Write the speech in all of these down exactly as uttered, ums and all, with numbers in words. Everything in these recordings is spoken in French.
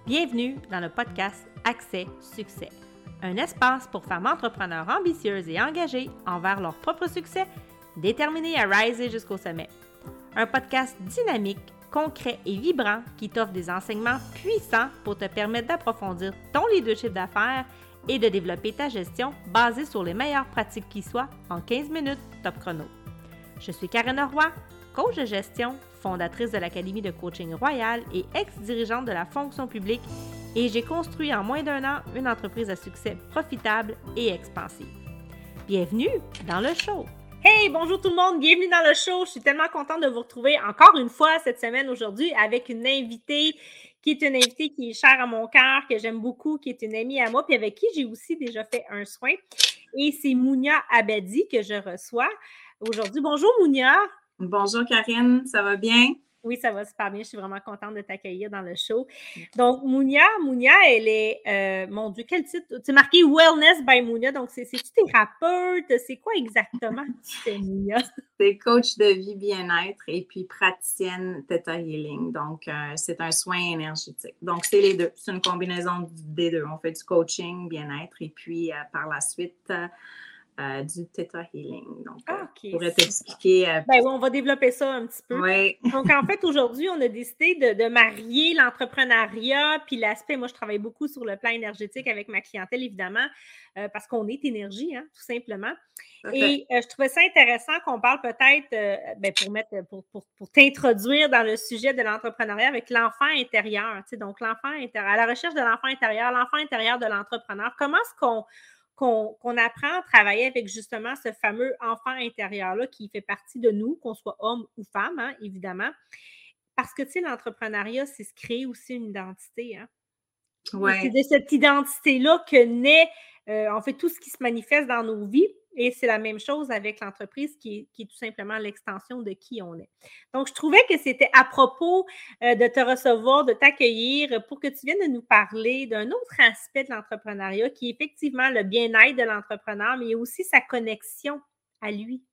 Bienvenue dans le podcast Accès Succès, un espace pour femmes entrepreneurs ambitieuses et engagées envers leur propre succès, déterminées à riser jusqu'au sommet. Un podcast dynamique, concret et vibrant qui t'offre des enseignements puissants pour te permettre d'approfondir ton leadership d'affaires et de développer ta gestion basée sur les meilleures pratiques qui soient en quinze minutes top chrono. Je suis Karen Roy, coach de gestion, fondatrice de l'Académie de coaching Royal et ex-dirigeante de la fonction publique, et j'ai construit en moins d'un an une entreprise à succès profitable et expansive. Bienvenue dans le show! Hey, bonjour tout le monde, bienvenue dans le show. Je suis tellement contente de vous retrouver encore une fois cette semaine aujourd'hui avec une invitée qui est une invitée qui est chère à mon cœur, que j'aime beaucoup, qui est une amie à moi, puis avec qui j'ai aussi déjà fait un soin. Et c'est Mounia Abadi que je reçois aujourd'hui. Bonjour Mounia! Bonjour Karine, ça va bien? Oui, ça va super bien. Je suis vraiment contente de t'accueillir dans le show. Donc, Mounia, Mounia, elle est, euh, mon Dieu, quel titre? C'est marqué Wellness by Mounia. Donc, c'est, c'est-tu thérapeute? C'est quoi exactement que tu fais, Mounia? C'est coach de vie bien-être et puis praticienne Theta Healing. Donc, euh, c'est un soin énergétique. Donc, c'est les deux. C'est une combinaison des deux. On fait du coaching, bien-être et puis euh, par la suite, euh, Euh, du Theta Healing. Donc, Ah, OK. je pourrais t'expliquer. Euh, ben oui, on va développer ça un petit peu. Oui. Donc, en fait, aujourd'hui, on a décidé de, de marier l'entrepreneuriat puis l'aspect, moi, je travaille beaucoup sur le plan énergétique avec ma clientèle, évidemment, euh, parce qu'on est énergie, hein, tout simplement. Et euh, je trouvais ça intéressant qu'on parle peut-être, euh, ben, pour mettre, pour, pour, pour t'introduire dans le sujet de l'entrepreneuriat avec l'enfant intérieur. Tu sais, donc, l'enfant intérieur, à la recherche de l'enfant intérieur, l'enfant intérieur de l'entrepreneur. Comment est-ce qu'on Qu'on, qu'on apprend à travailler avec justement ce fameux enfant intérieur-là qui fait partie de nous, qu'on soit homme ou femme, hein, évidemment. Parce que, tu sais, l'entrepreneuriat, c'est se créer aussi une identité. Hein? Ouais. Et c'est de cette identité-là que naît, euh, en fait, tout ce qui se manifeste dans nos vies. Et c'est la même chose avec l'entreprise qui est, qui est tout simplement l'extension de qui on est. Donc, je trouvais que c'était à propos euh, de te recevoir, de t'accueillir pour que tu viennes de nous parler d'un autre aspect de l'entrepreneuriat qui est effectivement le bien-être de l'entrepreneur, mais aussi sa connexion à lui.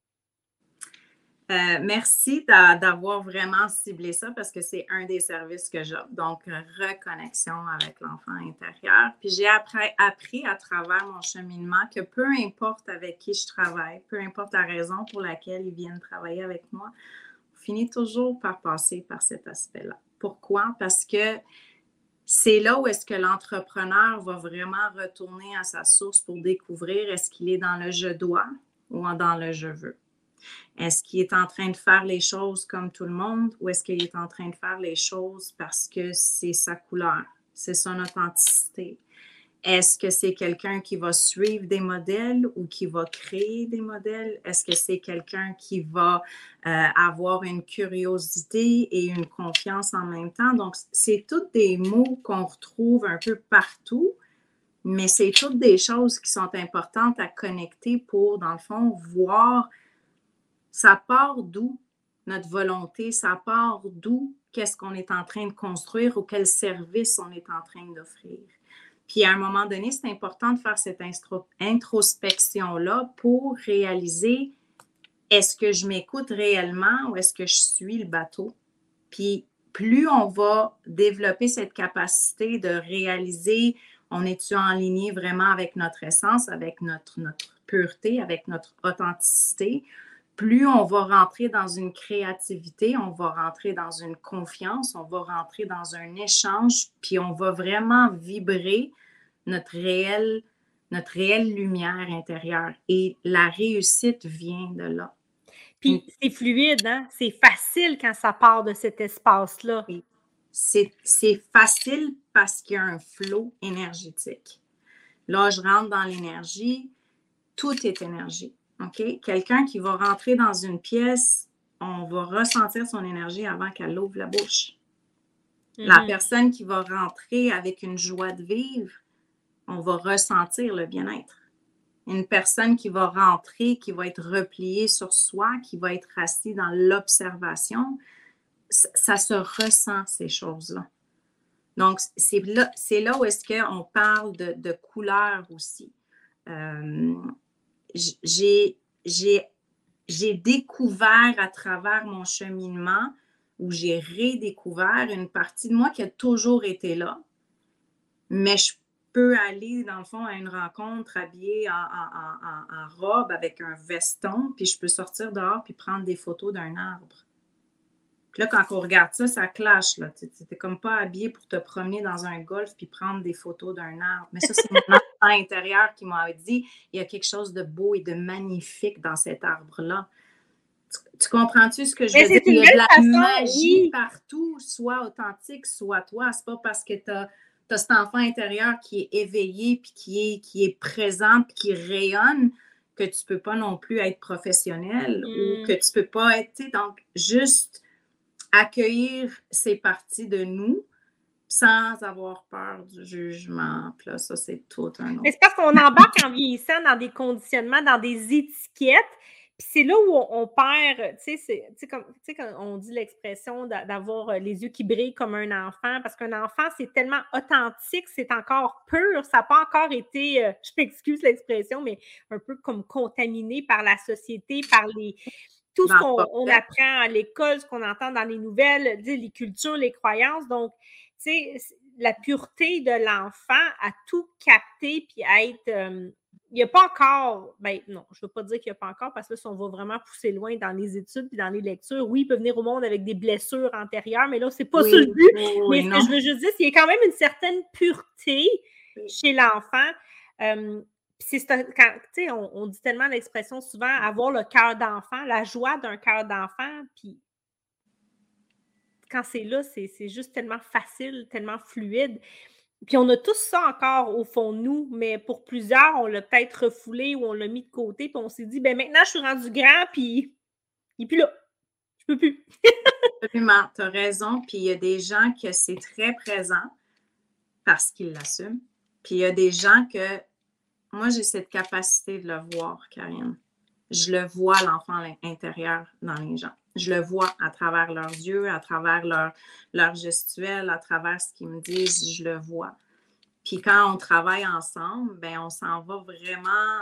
Euh, merci d'a- d'avoir vraiment ciblé ça parce que c'est un des services que j'offre. Donc, reconnexion avec l'enfant intérieur. Puis, j'ai appris, appris à travers mon cheminement que peu importe avec qui je travaille, peu importe la raison pour laquelle ils viennent travailler avec moi, on finit toujours par passer par cet aspect-là. Pourquoi? Parce que c'est là où est-ce que l'entrepreneur va vraiment retourner à sa source pour découvrir est-ce qu'il est dans le je dois ou dans le je veux. Est-ce qu'il est en train de faire les choses comme tout le monde ou est-ce qu'il est en train de faire les choses parce que c'est sa couleur, c'est son authenticité? Est-ce que c'est quelqu'un qui va suivre des modèles ou qui va créer des modèles? Est-ce que c'est quelqu'un qui va euh, avoir une curiosité et une confiance en même temps? Donc, c'est tous des mots qu'on retrouve un peu partout, mais c'est toutes des choses qui sont importantes à connecter pour, dans le fond, voir ça part d'où notre volonté, ça part d'où qu'est-ce qu'on est en train de construire ou quel service on est en train d'offrir. Puis à un moment donné, c'est important de faire cette introspection-là pour réaliser est-ce que je m'écoute réellement ou est-ce que je suis le bateau? Puis plus on va développer cette capacité de réaliser on est-tu en ligne vraiment avec notre essence, avec notre, notre pureté, avec notre authenticité, plus on va rentrer dans une créativité, on va rentrer dans une confiance, on va rentrer dans un échange, puis on va vraiment vibrer notre réelle, notre réelle lumière intérieure. Et la réussite vient de là. Puis c'est fluide, hein? C'est facile quand ça part de cet espace-là. Oui. C'est, c'est facile parce qu'il y a un flot énergétique. Là, je rentre dans l'énergie, tout est énergie. OK? Quelqu'un qui va rentrer dans une pièce, on va ressentir son énergie avant qu'elle ouvre la bouche. Mm-hmm. La personne qui va rentrer avec une joie de vivre, on va ressentir le bien-être. Une personne qui va rentrer, qui va être repliée sur soi, qui va être assise dans l'observation, ça, ça se ressent, ces choses-là. Donc, c'est là, c'est là où est-ce qu'on parle de, de couleurs aussi. Euh, j'ai, j'ai, j'ai découvert à travers mon cheminement où j'ai redécouvert une partie de moi qui a toujours été là, mais je peux aller, dans le fond, à une rencontre habillée en, en, en, en robe avec un veston, puis je peux sortir dehors puis prendre des photos d'un arbre. Puis là, quand on regarde ça, ça clash, là. Tu n'es comme pas habillé pour te promener dans un golf puis prendre des photos d'un arbre. Mais ça, c'est mon enfant intérieur qui m'a dit, il y a quelque chose de beau et de magnifique dans cet arbre-là. Tu, tu comprends-tu ce que je Mais veux dire? c'est Il une y a de belle la façon, magie oui. partout, soit authentique, soit toi. C'est pas parce que tu as, cet enfant intérieur qui est éveillé puis qui est, qui est présent puis qui rayonne que tu peux pas non plus être professionnel Mm. ou que tu peux pas être, tu sais, donc juste accueillir ces parties de nous sans avoir peur du jugement. Puis là, ça, c'est tout un autre. Mais c'est parce qu'on embarque en vieillissant dans des conditionnements, dans des étiquettes. Puis c'est là où on, on perd, tu sais, comme, tu sais, quand on dit l'expression d'avoir les yeux qui brillent comme un enfant, parce qu'un enfant, c'est tellement authentique, c'est encore pur, ça n'a pas encore été, euh, je m'excuse l'expression, mais un peu comme contaminé par la société, par les... tout ce qu'on apprend à l'école, ce qu'on entend dans les nouvelles, les cultures, les croyances. Donc, tu sais, la pureté de l'enfant à tout capter puis à être... Euh, il n'y a pas encore... Ben non, je ne veux pas dire qu'il n'y a pas encore parce que là, si on va vraiment pousser loin dans les études puis dans les lectures, oui, il peut venir au monde avec des blessures antérieures, mais là, c'est pas oui, ça le but. Oui, mais oui, ce non. que je veux juste dire, c'est qu'il y a quand même une certaine pureté oui. chez l'enfant. Euh, c'est quand, tu sais, on, on dit tellement l'expression souvent avoir le cœur d'enfant, la joie d'un cœur d'enfant, puis quand c'est là, c'est juste tellement facile, tellement fluide. Puis on a tous ça encore au fond de nous, mais pour plusieurs, on l'a peut-être refoulé ou on l'a mis de côté, puis on s'est dit, ben maintenant, je suis rendu grand, puis il n'est plus là. Je peux plus. Absolument, tu as raison. Puis il y a des gens que c'est très présent parce qu'ils l'assument. Puis il y a des gens que, moi, j'ai cette capacité de le voir, Karine. Je le vois, l'enfant intérieur dans les gens. Je le vois à travers leurs yeux, à travers leur, leur gestuelle, à travers ce qu'ils me disent, je le vois. Puis quand on travaille ensemble, ben on s'en va vraiment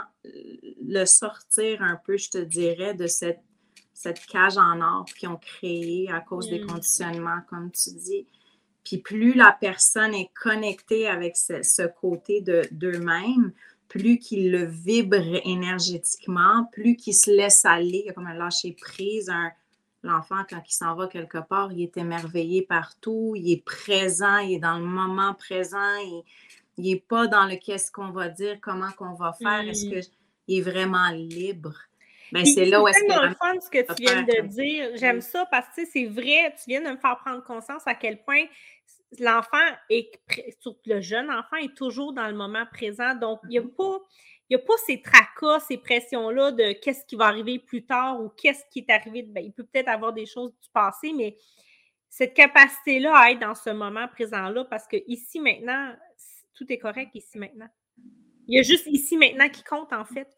le sortir un peu, je te dirais, de cette, cette cage en or qu'ils ont créée à cause mmh. des conditionnements, comme tu dis. Puis plus la personne est connectée avec ce, ce côté de, d'eux-mêmes, plus qu'ils le vibrent énergétiquement, plus qu'ils se laissent aller, il y a comme un lâcher-prise. Un, l'enfant, quand il s'en va quelque part, il est émerveillé partout, il est présent, il est dans le moment présent, il n'est pas dans le qu'est-ce qu'on va dire, comment qu'on va faire, mmh. est-ce qu'il est vraiment libre? Ben, c'est là où est-ce que... C'est tellement fun ce que tu viens de dire. J'aime ça parce que c'est vrai, tu viens de me faire prendre conscience à quel point l'enfant, est, surtout le jeune enfant, est toujours dans le moment présent. Donc, il n'y a pas... Il n'y a pas ces tracas, ces pressions-là de qu'est-ce qui va arriver plus tard ou qu'est-ce qui est arrivé. Ben, il peut peut-être avoir des choses du passé, mais cette capacité-là à être dans ce moment présent-là, parce que ici, maintenant, tout est correct ici, maintenant. Il y a juste ici, maintenant, qui compte, en fait.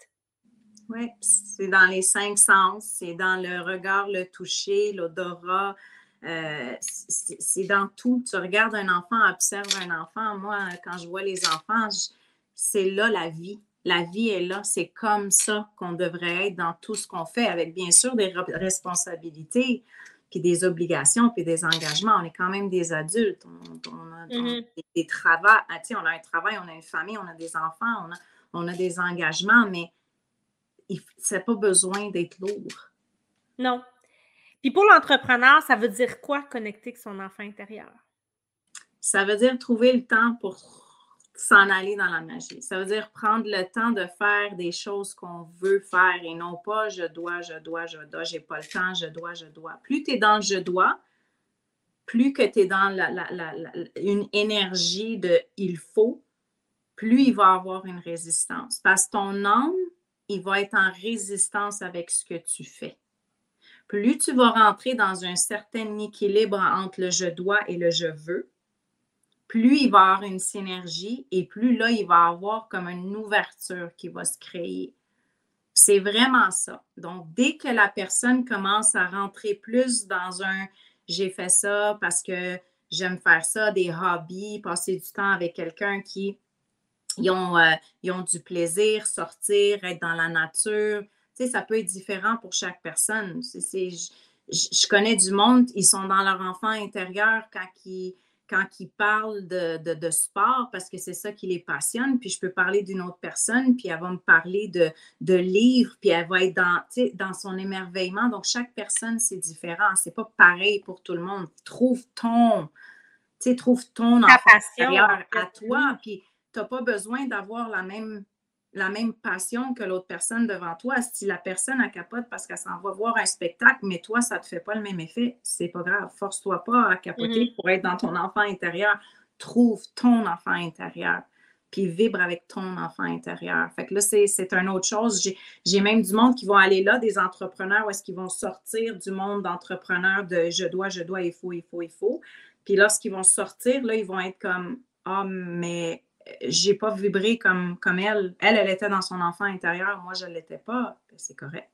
Oui, c'est dans les cinq sens, c'est dans le regard, le toucher, l'odorat, euh, c'est dans tout. Tu regardes un enfant, observe un enfant. Moi, quand je vois les enfants, c'est là la vie. La vie est là, c'est comme ça qu'on devrait être dans tout ce qu'on fait, avec bien sûr des responsabilités, puis des obligations, puis des engagements. On est quand même des adultes. On, on a, mm-hmm. on a des, des travaux. Ah, on a un travail, on a une famille, on a des enfants, on a, on a des engagements, mais ça n'a pas besoin d'être lourd. Non. Puis pour l'entrepreneur, ça veut dire quoi connecter avec son enfant intérieur? Ça veut dire trouver le temps pour s'en aller dans la magie. Ça veut dire prendre le temps de faire des choses qu'on veut faire et non pas je dois, je dois, je dois, j'ai pas le temps, je dois, je dois. Plus tu es dans le je dois, plus que tu es dans la, la, la, la, une énergie de il faut, plus il va avoir une résistance. Parce que ton âme, il va être en résistance avec ce que tu fais. Plus tu vas rentrer dans un certain équilibre entre le je dois et le je veux, plus il va y avoir une synergie et plus là, il va y avoir comme une ouverture qui va se créer. C'est vraiment ça. Donc, dès que la personne commence à rentrer plus dans un « j'ai fait ça parce que j'aime faire ça », des hobbies, passer du temps avec quelqu'un qui ils ont, euh, ils ont du plaisir, sortir, être dans la nature. Tu sais, ça peut être différent pour chaque personne. C'est, c'est, je, je connais du monde, ils sont dans leur enfant intérieur quand ils quand ils parlent de, de, de sport parce que c'est ça qui les passionne, puis je peux parler d'une autre personne, puis elle va me parler de, de livres, puis elle va être dans, dans son émerveillement. Donc, chaque personne, c'est différent. C'est pas pareil pour tout le monde. Trouve ton, tu sais, trouve ton Ta enfant passion, en intérieur fait, à toi, oui. puis tu n'as pas besoin d'avoir la même, la même passion que l'autre personne devant toi. Si la personne elle capote parce qu'elle s'en va voir un spectacle, mais toi, ça ne te fait pas le même effet, c'est pas grave. Force-toi pas à capoter Mhm. pour être dans ton enfant intérieur. Trouve ton enfant intérieur, puis vibre avec ton enfant intérieur. Fait que là, c'est, c'est une autre chose. J'ai, j'ai même du monde qui vont aller là, des entrepreneurs, où est-ce qu'ils vont sortir du monde d'entrepreneurs de je dois, je dois, il faut, il faut, il faut. Puis lorsqu'ils vont sortir, là, ils vont être comme ah, mais j'ai pas vibré comme, comme elle. Elle, elle était dans son enfant intérieur. Moi, je ne l'étais pas. Ben, c'est correct.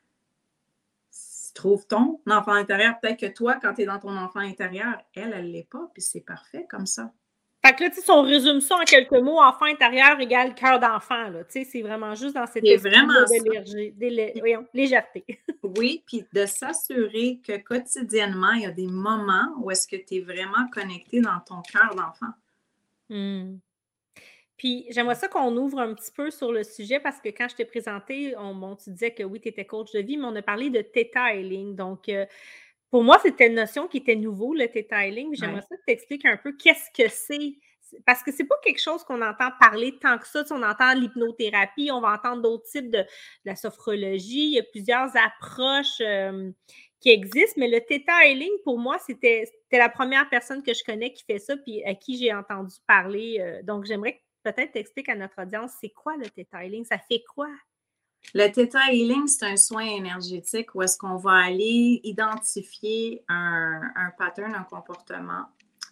Trouve ton enfant intérieur. Peut-être que toi, quand tu es dans ton enfant intérieur, elle, elle ne l'est pas. Puis c'est parfait comme ça. Fait que là, tu sais, si on résume ça en quelques mots, enfant intérieur égale cœur d'enfant, là. Tu sais, c'est vraiment juste dans cet C'est esprit-là vraiment ça. de légèreté. Lé... Voyons, légèreté. Oui, puis de s'assurer que quotidiennement, il y a des moments où est-ce que tu es vraiment connecté dans ton cœur d'enfant. Mm. Puis j'aimerais ça qu'on ouvre un petit peu sur le sujet parce que quand je t'ai présenté, on, bon, tu disais que oui, tu étais coach de vie, mais on a parlé de Theta Healing. Donc, euh, pour moi, c'était une notion qui était nouveau, le Theta Healing. J'aimerais Ouais. ça que tu expliques un peu qu'est-ce que c'est. Parce que c'est pas quelque chose qu'on entend parler tant que ça. Tu sais, on entend l'hypnothérapie, on va entendre d'autres types de, de la sophrologie. Il y a plusieurs approches euh, qui existent, mais le Theta Healing, pour moi, c'était, c'était la première personne que je connais qui fait ça puis à qui j'ai entendu parler. Euh, donc, j'aimerais que peut-être t'expliques à notre audience, c'est quoi le Theta Healing? Ça fait quoi? Le Theta Healing, c'est un soin énergétique où est-ce qu'on va aller identifier un, un pattern, un comportement,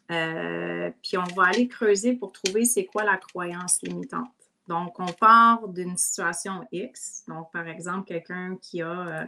euh, puis on va aller creuser pour trouver c'est quoi la croyance limitante. Donc, on part d'une situation X. Donc, par exemple, quelqu'un qui a... Euh,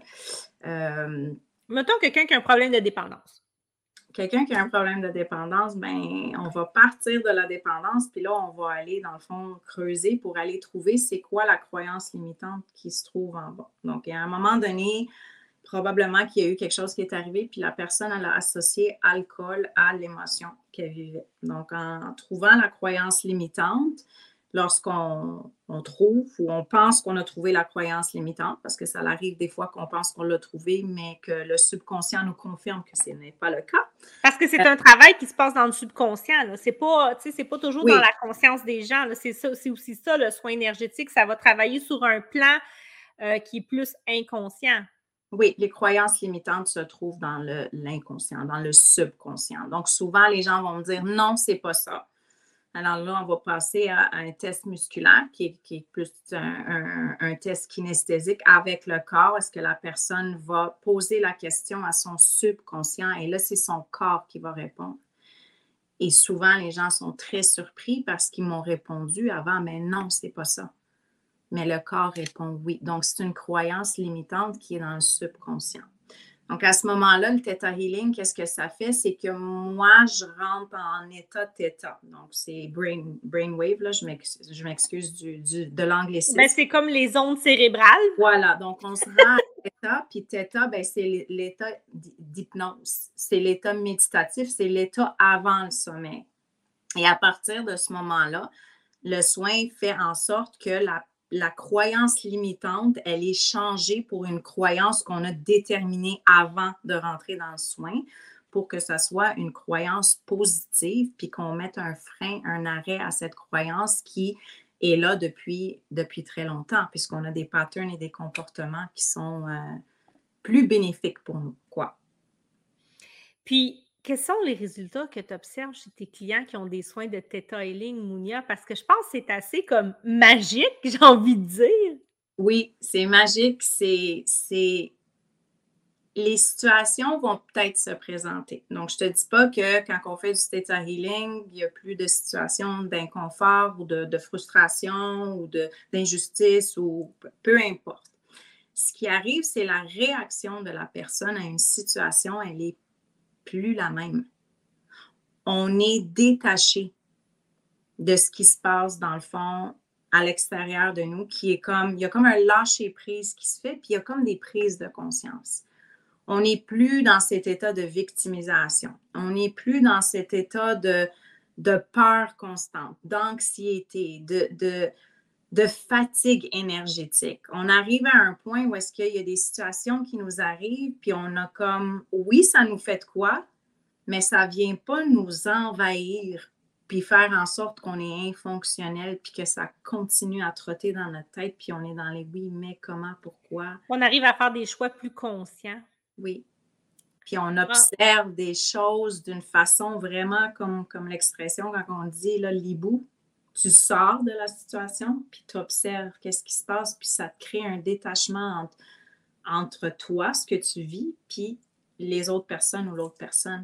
euh, Mettons quelqu'un qui a un problème de dépendance. Quelqu'un qui a un problème de dépendance, ben, on va partir de la dépendance, puis là, on va aller, dans le fond, creuser pour aller trouver c'est quoi la croyance limitante qui se trouve en bas. Donc, à un moment donné, probablement qu'il y a eu quelque chose qui est arrivé, puis la personne, elle a associé alcool à l'émotion qu'elle vivait. Donc, en trouvant la croyance limitante, lorsqu'on on trouve ou on pense qu'on a trouvé la croyance limitante, parce que ça arrive des fois qu'on pense qu'on l'a trouvé, mais que le subconscient nous confirme que ce n'est pas le cas. Parce que c'est un travail qui se passe dans le subconscient. Là. C'est pas, tu sais, c'est pas toujours Oui. dans la conscience des gens. Là. C'est ça, c'est aussi ça, le soin énergétique. Ça va travailler sur un plan euh, qui est plus inconscient. Oui, les croyances limitantes se trouvent dans le, l'inconscient, dans le subconscient. Donc, souvent, les gens vont me dire non, c'est pas ça. Alors là, on va passer à, à un test musculaire qui est, qui est plus un, un, un test kinesthésique avec le corps. Est-ce que la personne va poser la question à son subconscient? Et là, c'est son corps qui va répondre. Et souvent, les gens sont très surpris parce qu'ils m'ont répondu avant, mais non, c'est pas ça. Mais le corps répond oui. Donc, c'est une croyance limitante qui est dans le subconscient. Donc, à ce moment-là, le Theta Healing, qu'est-ce que ça fait? C'est que moi, je rentre en état Theta. Donc, c'est brain, brainwave, là, je m'excuse, je m'excuse du, du, de l'anglicisme. Ben, c'est comme les ondes cérébrales. Voilà, donc on se rend à Theta, puis Theta, ben, c'est l'état d'hypnose. C'est l'état méditatif, c'est l'état avant le sommeil. Et à partir de ce moment-là, le soin fait en sorte que la la croyance limitante, elle est changée pour une croyance qu'on a déterminée avant de rentrer dans le soin pour que ça soit une croyance positive, puis qu'on mette un frein, un arrêt à cette croyance qui est là depuis, depuis très longtemps, puisqu'on a des patterns et des comportements qui sont euh, plus bénéfiques pour nous, quoi. Puis, quels sont les résultats que tu observes chez tes clients qui ont des soins de Theta Healing, Mounia? Parce que je pense que c'est assez comme magique, j'ai envie de dire. Oui, c'est magique, c'est, c'est... Les situations vont peut-être se présenter. Donc, je ne te dis pas que quand on fait du Theta Healing, il n'y a plus de situations d'inconfort ou de, de frustration ou de, d'injustice ou peu importe. Ce qui arrive, c'est la réaction de la personne à une situation, elle n'est plus la même. On est détaché de ce qui se passe dans le fond à l'extérieur de nous, qui est comme, il y a comme un lâcher-prise qui se fait, puis il y a comme des prises de conscience. on n'est plus dans cet état de victimisation. On n'est plus dans cet état de, de peur constante, d'anxiété, de, de, de fatigue énergétique. On arrive à un point où est-ce qu'il y a des situations qui nous arrivent, puis on a comme, oui, ça nous fait de quoi, mais ça ne vient pas nous envahir, puis faire en sorte qu'on est infonctionnel, puis que ça continue à trotter dans notre tête, puis on est dans les oui, mais, comment, pourquoi. On arrive à faire des choix plus conscients. Oui. Puis on observe des choses d'une façon vraiment comme, comme l'expression quand on dit là, l'hibou. Tu sors de la situation, puis tu observes qu'est-ce qui se passe, puis ça te crée un détachement entre, entre toi, ce que tu vis, puis les autres personnes ou l'autre personne.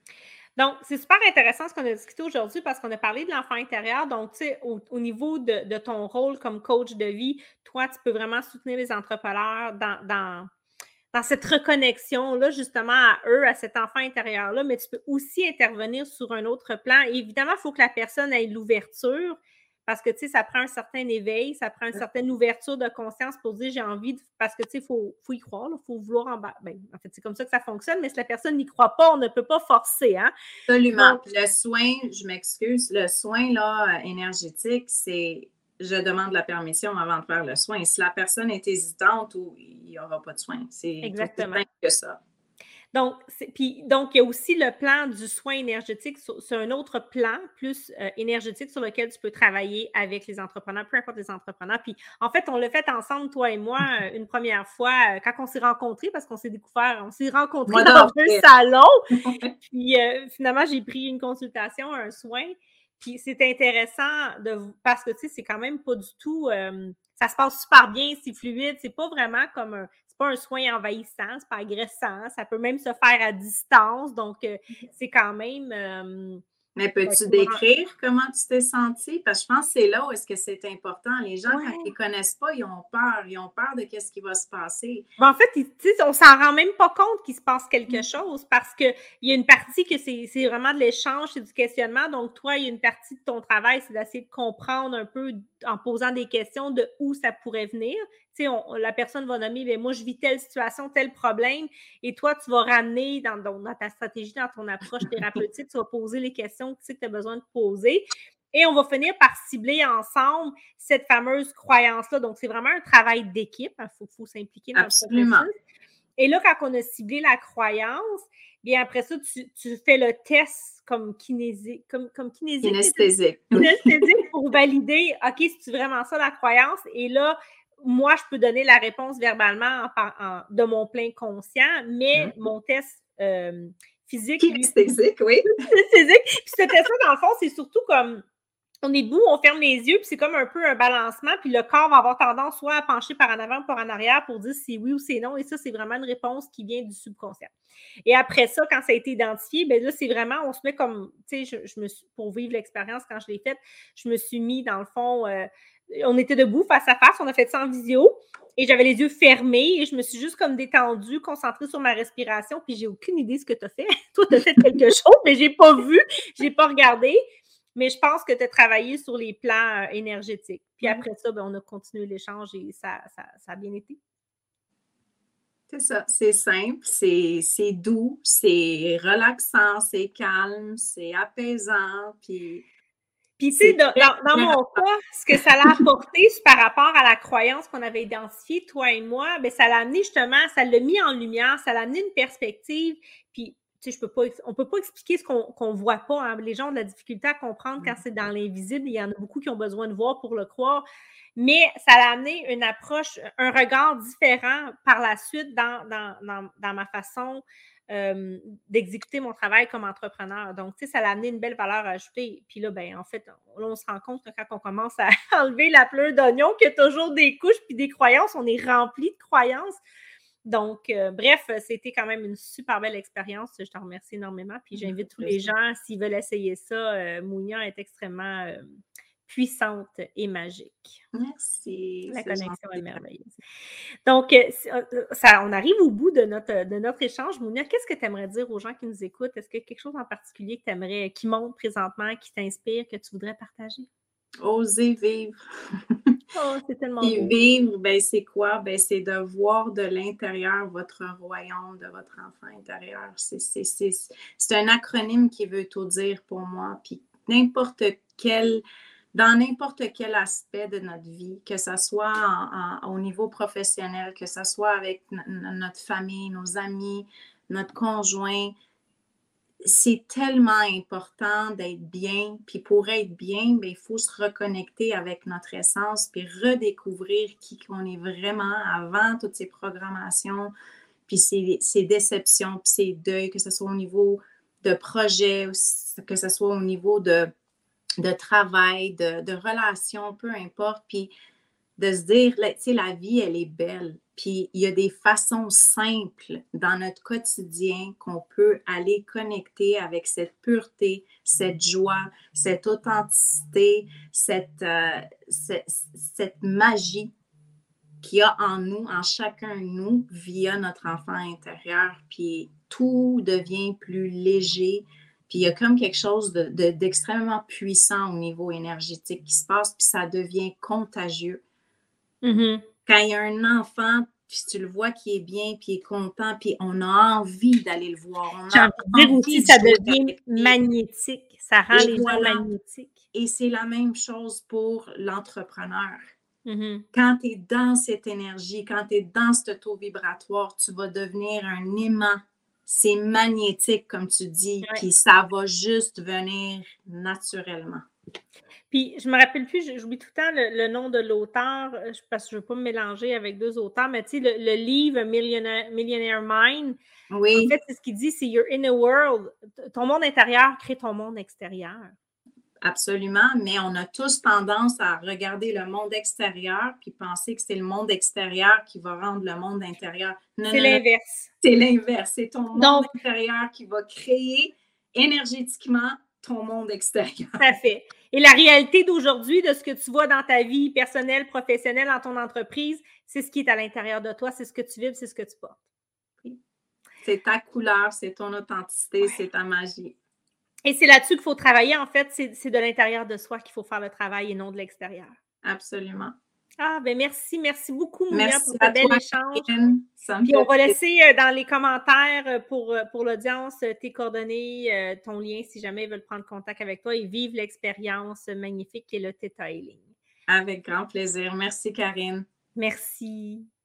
Donc, c'est super intéressant ce qu'on a discuté aujourd'hui parce qu'on a parlé de l'enfant intérieur. Donc, tu sais, au, au niveau de, de ton rôle comme coach de vie, toi, tu peux vraiment soutenir les entrepreneurs dans, dans, dans cette reconnexion-là, justement, à eux, à cet enfant intérieur-là, mais tu peux aussi intervenir sur un autre plan. Et évidemment, il faut que la personne ait l'ouverture parce que, tu sais, ça prend un certain éveil, ça prend une certaine ouverture de conscience pour dire j'ai envie, de... parce que, tu sais, il faut, faut y croire, il faut vouloir en bas. Ben, en fait, c'est comme ça que ça fonctionne, mais si la personne n'y croit pas, on ne peut pas forcer, hein? Absolument. Donc, le soin, je m'excuse, le soin, là, énergétique, c'est je demande la permission avant de faire le soin. Si la personne est hésitante, ou il n'y aura pas de soin. C'est exactement aussi simple que ça. Donc, puis, donc, il y a aussi le plan du soin énergétique. C'est un autre plan plus euh, énergétique sur lequel tu peux travailler avec les entrepreneurs, peu importe les entrepreneurs. Puis, en fait, on l'a fait ensemble, toi et moi, euh, une première fois euh, quand on s'est rencontrés, parce qu'on s'est découvert, on s'est rencontrés moi dans un salon. Puis, euh, finalement, j'ai pris une consultation, un soin. Puis, c'est intéressant de parce que, tu sais, c'est quand même pas du tout... Euh, ça se passe super bien, c'est fluide. C'est pas vraiment comme un... pas un soin envahissant, c'est pas agressant, ça peut même se faire à distance, donc euh, c'est quand même... Euh, Mais peux-tu ben, décrire comment tu t'es sentie? Parce que je pense que c'est là où est-ce que c'est important. Les gens, ouais. Quand ils ne connaissent pas, ils ont peur. Ils ont peur de ce qui va se passer. En fait, on ne s'en rend même pas compte qu'il se passe quelque chose parce qu'il y a une partie que c'est vraiment de l'échange, c'est du questionnement. Donc, toi, il y a une partie de ton travail, c'est d'essayer de comprendre un peu en posant des questions de où ça pourrait venir. Tu sais, on, la personne va nommer, bien, moi, je vis telle situation, tel problème, et toi, tu vas ramener dans, dans, dans ta stratégie, dans ton approche thérapeutique, tu vas poser les questions que tu sais que tu as besoin de poser. Et on va finir par cibler ensemble cette fameuse croyance-là. Donc, c'est vraiment un travail d'équipe. Il faut, faut s'impliquer dans Absolument. le processus. Et là, quand on a ciblé la croyance, bien après ça, tu, tu fais le test comme kinésique, comme, comme kinésique. Kinesthésique. Kinesthésique pour valider, OK, c'est vraiment ça la croyance? Et là, moi, je peux donner la réponse verbalement en, en, de mon plein conscient, mais mmh. mon test euh, physique... Kinesthésique, oui. Kinesthésique. Puis ce test-là, dans le fond, c'est surtout comme... On est debout, on ferme les yeux, puis c'est comme un peu un balancement, puis le corps va avoir tendance soit à pencher par en avant ou par en arrière pour dire si c'est oui ou c'est non, et ça, c'est vraiment une réponse qui vient du subconscient. Et après ça, quand ça a été identifié, bien là, c'est vraiment, on se met comme, tu sais, je, je me suis, pour vivre l'expérience, quand je l'ai faite, je me suis mis, dans le fond, euh, on était debout, face à face, on a fait ça en visio, et j'avais les yeux fermés, et je me suis juste comme détendue, concentrée sur ma respiration, puis j'ai aucune idée de ce que tu as fait. Toi, tu as fait quelque chose, mais j'ai pas vu, j'ai pas regardé. Mais je pense que tu as travaillé sur les plans euh, énergétiques. Puis mmh. après ça, ben, on a continué l'échange et ça, ça, ça a bien été. C'est ça, c'est simple, c'est doux, c'est relaxant, c'est calme, c'est apaisant. Puis, puis tu sais, dans, dans mon cas, ce que ça l'a apporté par rapport à la croyance qu'on avait identifiée, toi et moi, ben, ça l'a amené justement, ça l'a mis en lumière, ça l'a amené une perspective. Puis, tu sais, je peux pas, on ne peut pas expliquer ce qu'on qu'on voit pas. Hein. Les gens ont de la difficulté à comprendre quand c'est dans l'invisible. Il y en a beaucoup qui ont besoin de voir pour le croire. Mais ça a amené une approche, un regard différent par la suite dans, dans, dans, dans ma façon euh, d'exécuter mon travail comme entrepreneur. Donc, tu sais, ça a amené une belle valeur ajoutée. Puis là, ben en fait, on, là, on se rend compte que quand on commence à enlever la pleure d'oignon, qu'il y a toujours des couches puis des croyances. On est rempli de croyances. Donc, euh, bref, c'était quand même une super belle expérience. Je te remercie énormément. Puis j'invite tous les gens, s'ils veulent essayer ça, euh, Mounia est extrêmement euh, puissante et magique. Merci. La connexion gentil. Est merveilleuse. Donc, euh, ça, on arrive au bout de notre, de notre échange. Mounia, qu'est-ce que tu aimerais dire aux gens qui nous écoutent? Est-ce qu'il y a quelque chose en particulier que tu aimerais, qui monte présentement, qui t'inspire, que tu voudrais partager? Oser vivre. Oh, c'est tellement Puis beau. vivre, ben c'est quoi? Ben c'est de voir de l'intérieur votre royaume, de votre enfant intérieur. C'est, c'est, c'est, c'est un acronyme qui veut tout dire pour moi. Puis n'importe quel, dans n'importe quel aspect de notre vie, que ce soit en, en, au niveau professionnel, que ce soit avec n- notre famille, nos amis, notre conjoint, c'est tellement important d'être bien. Puis pour être bien, bien, il faut se reconnecter avec notre essence, puis redécouvrir qui on est vraiment avant toutes ces programmations, puis ces, ces déceptions, puis ces deuils, que ce soit au niveau de projet, que ce soit au niveau de, de travail, de, de relations, peu importe. Puis de se dire, tu sais, la vie, elle est belle. Puis il y a des façons simples dans notre quotidien qu'on peut aller connecter avec cette pureté, cette joie, cette authenticité, cette, euh, cette, cette magie qu'il y a en nous, en chacun de nous, via notre enfant intérieur. Puis tout devient plus léger. Puis il y a comme quelque chose de, de, d'extrêmement puissant au niveau énergétique qui se passe, puis ça devient contagieux. Mm-hmm. Quand il y a un enfant, puis tu le vois qui est bien, puis il est content, puis on a envie d'aller le voir. On J'ai a envie de dire aussi, envie de ça jouer devient avec lui. magnétique. Ça rend Et les gens voilà. magnétiques. Et c'est la même chose pour l'entrepreneur. Mm-hmm. Quand tu es dans cette énergie, quand tu es dans ce taux vibratoire, tu vas devenir un aimant. C'est magnétique, comme tu dis, Ouais. puis ça va juste venir naturellement. Puis, je me rappelle plus, j'oublie tout le temps le, le nom de l'auteur, parce que je ne veux pas me mélanger avec deux auteurs, mais tu sais, le, le livre Millionaire, Millionaire Mind, Oui. en fait, c'est ce qu'il dit, c'est Your Inner World. Ton monde intérieur crée ton monde extérieur. Absolument, mais on a tous tendance à regarder le monde extérieur puis penser que c'est le monde extérieur qui va rendre le monde intérieur. Non, c'est l'inverse. C'est l'inverse. C'est ton monde Donc, intérieur qui va créer énergétiquement ton monde extérieur. Tout à fait. Et la réalité d'aujourd'hui, de ce que tu vois dans ta vie personnelle, professionnelle, dans ton entreprise, c'est ce qui est à l'intérieur de toi, c'est ce que tu vibres, c'est ce que tu portes. C'est ta couleur, c'est ton authenticité, ouais. C'est ta magie. Et c'est là-dessus qu'il faut travailler, en fait, c'est, c'est de l'intérieur de soi qu'il faut faire le travail et non de l'extérieur. Absolument. Ah, ben merci, merci beaucoup, Mounia, merci pour ce bel toi, échange. Ça me Puis on va laisser euh, dans les commentaires pour, pour l'audience tes coordonnées, euh, ton lien, si jamais ils veulent prendre contact avec toi et vivre l'expérience magnifique qu'est le Theta Healing. Avec grand plaisir. Merci, Karine. Merci.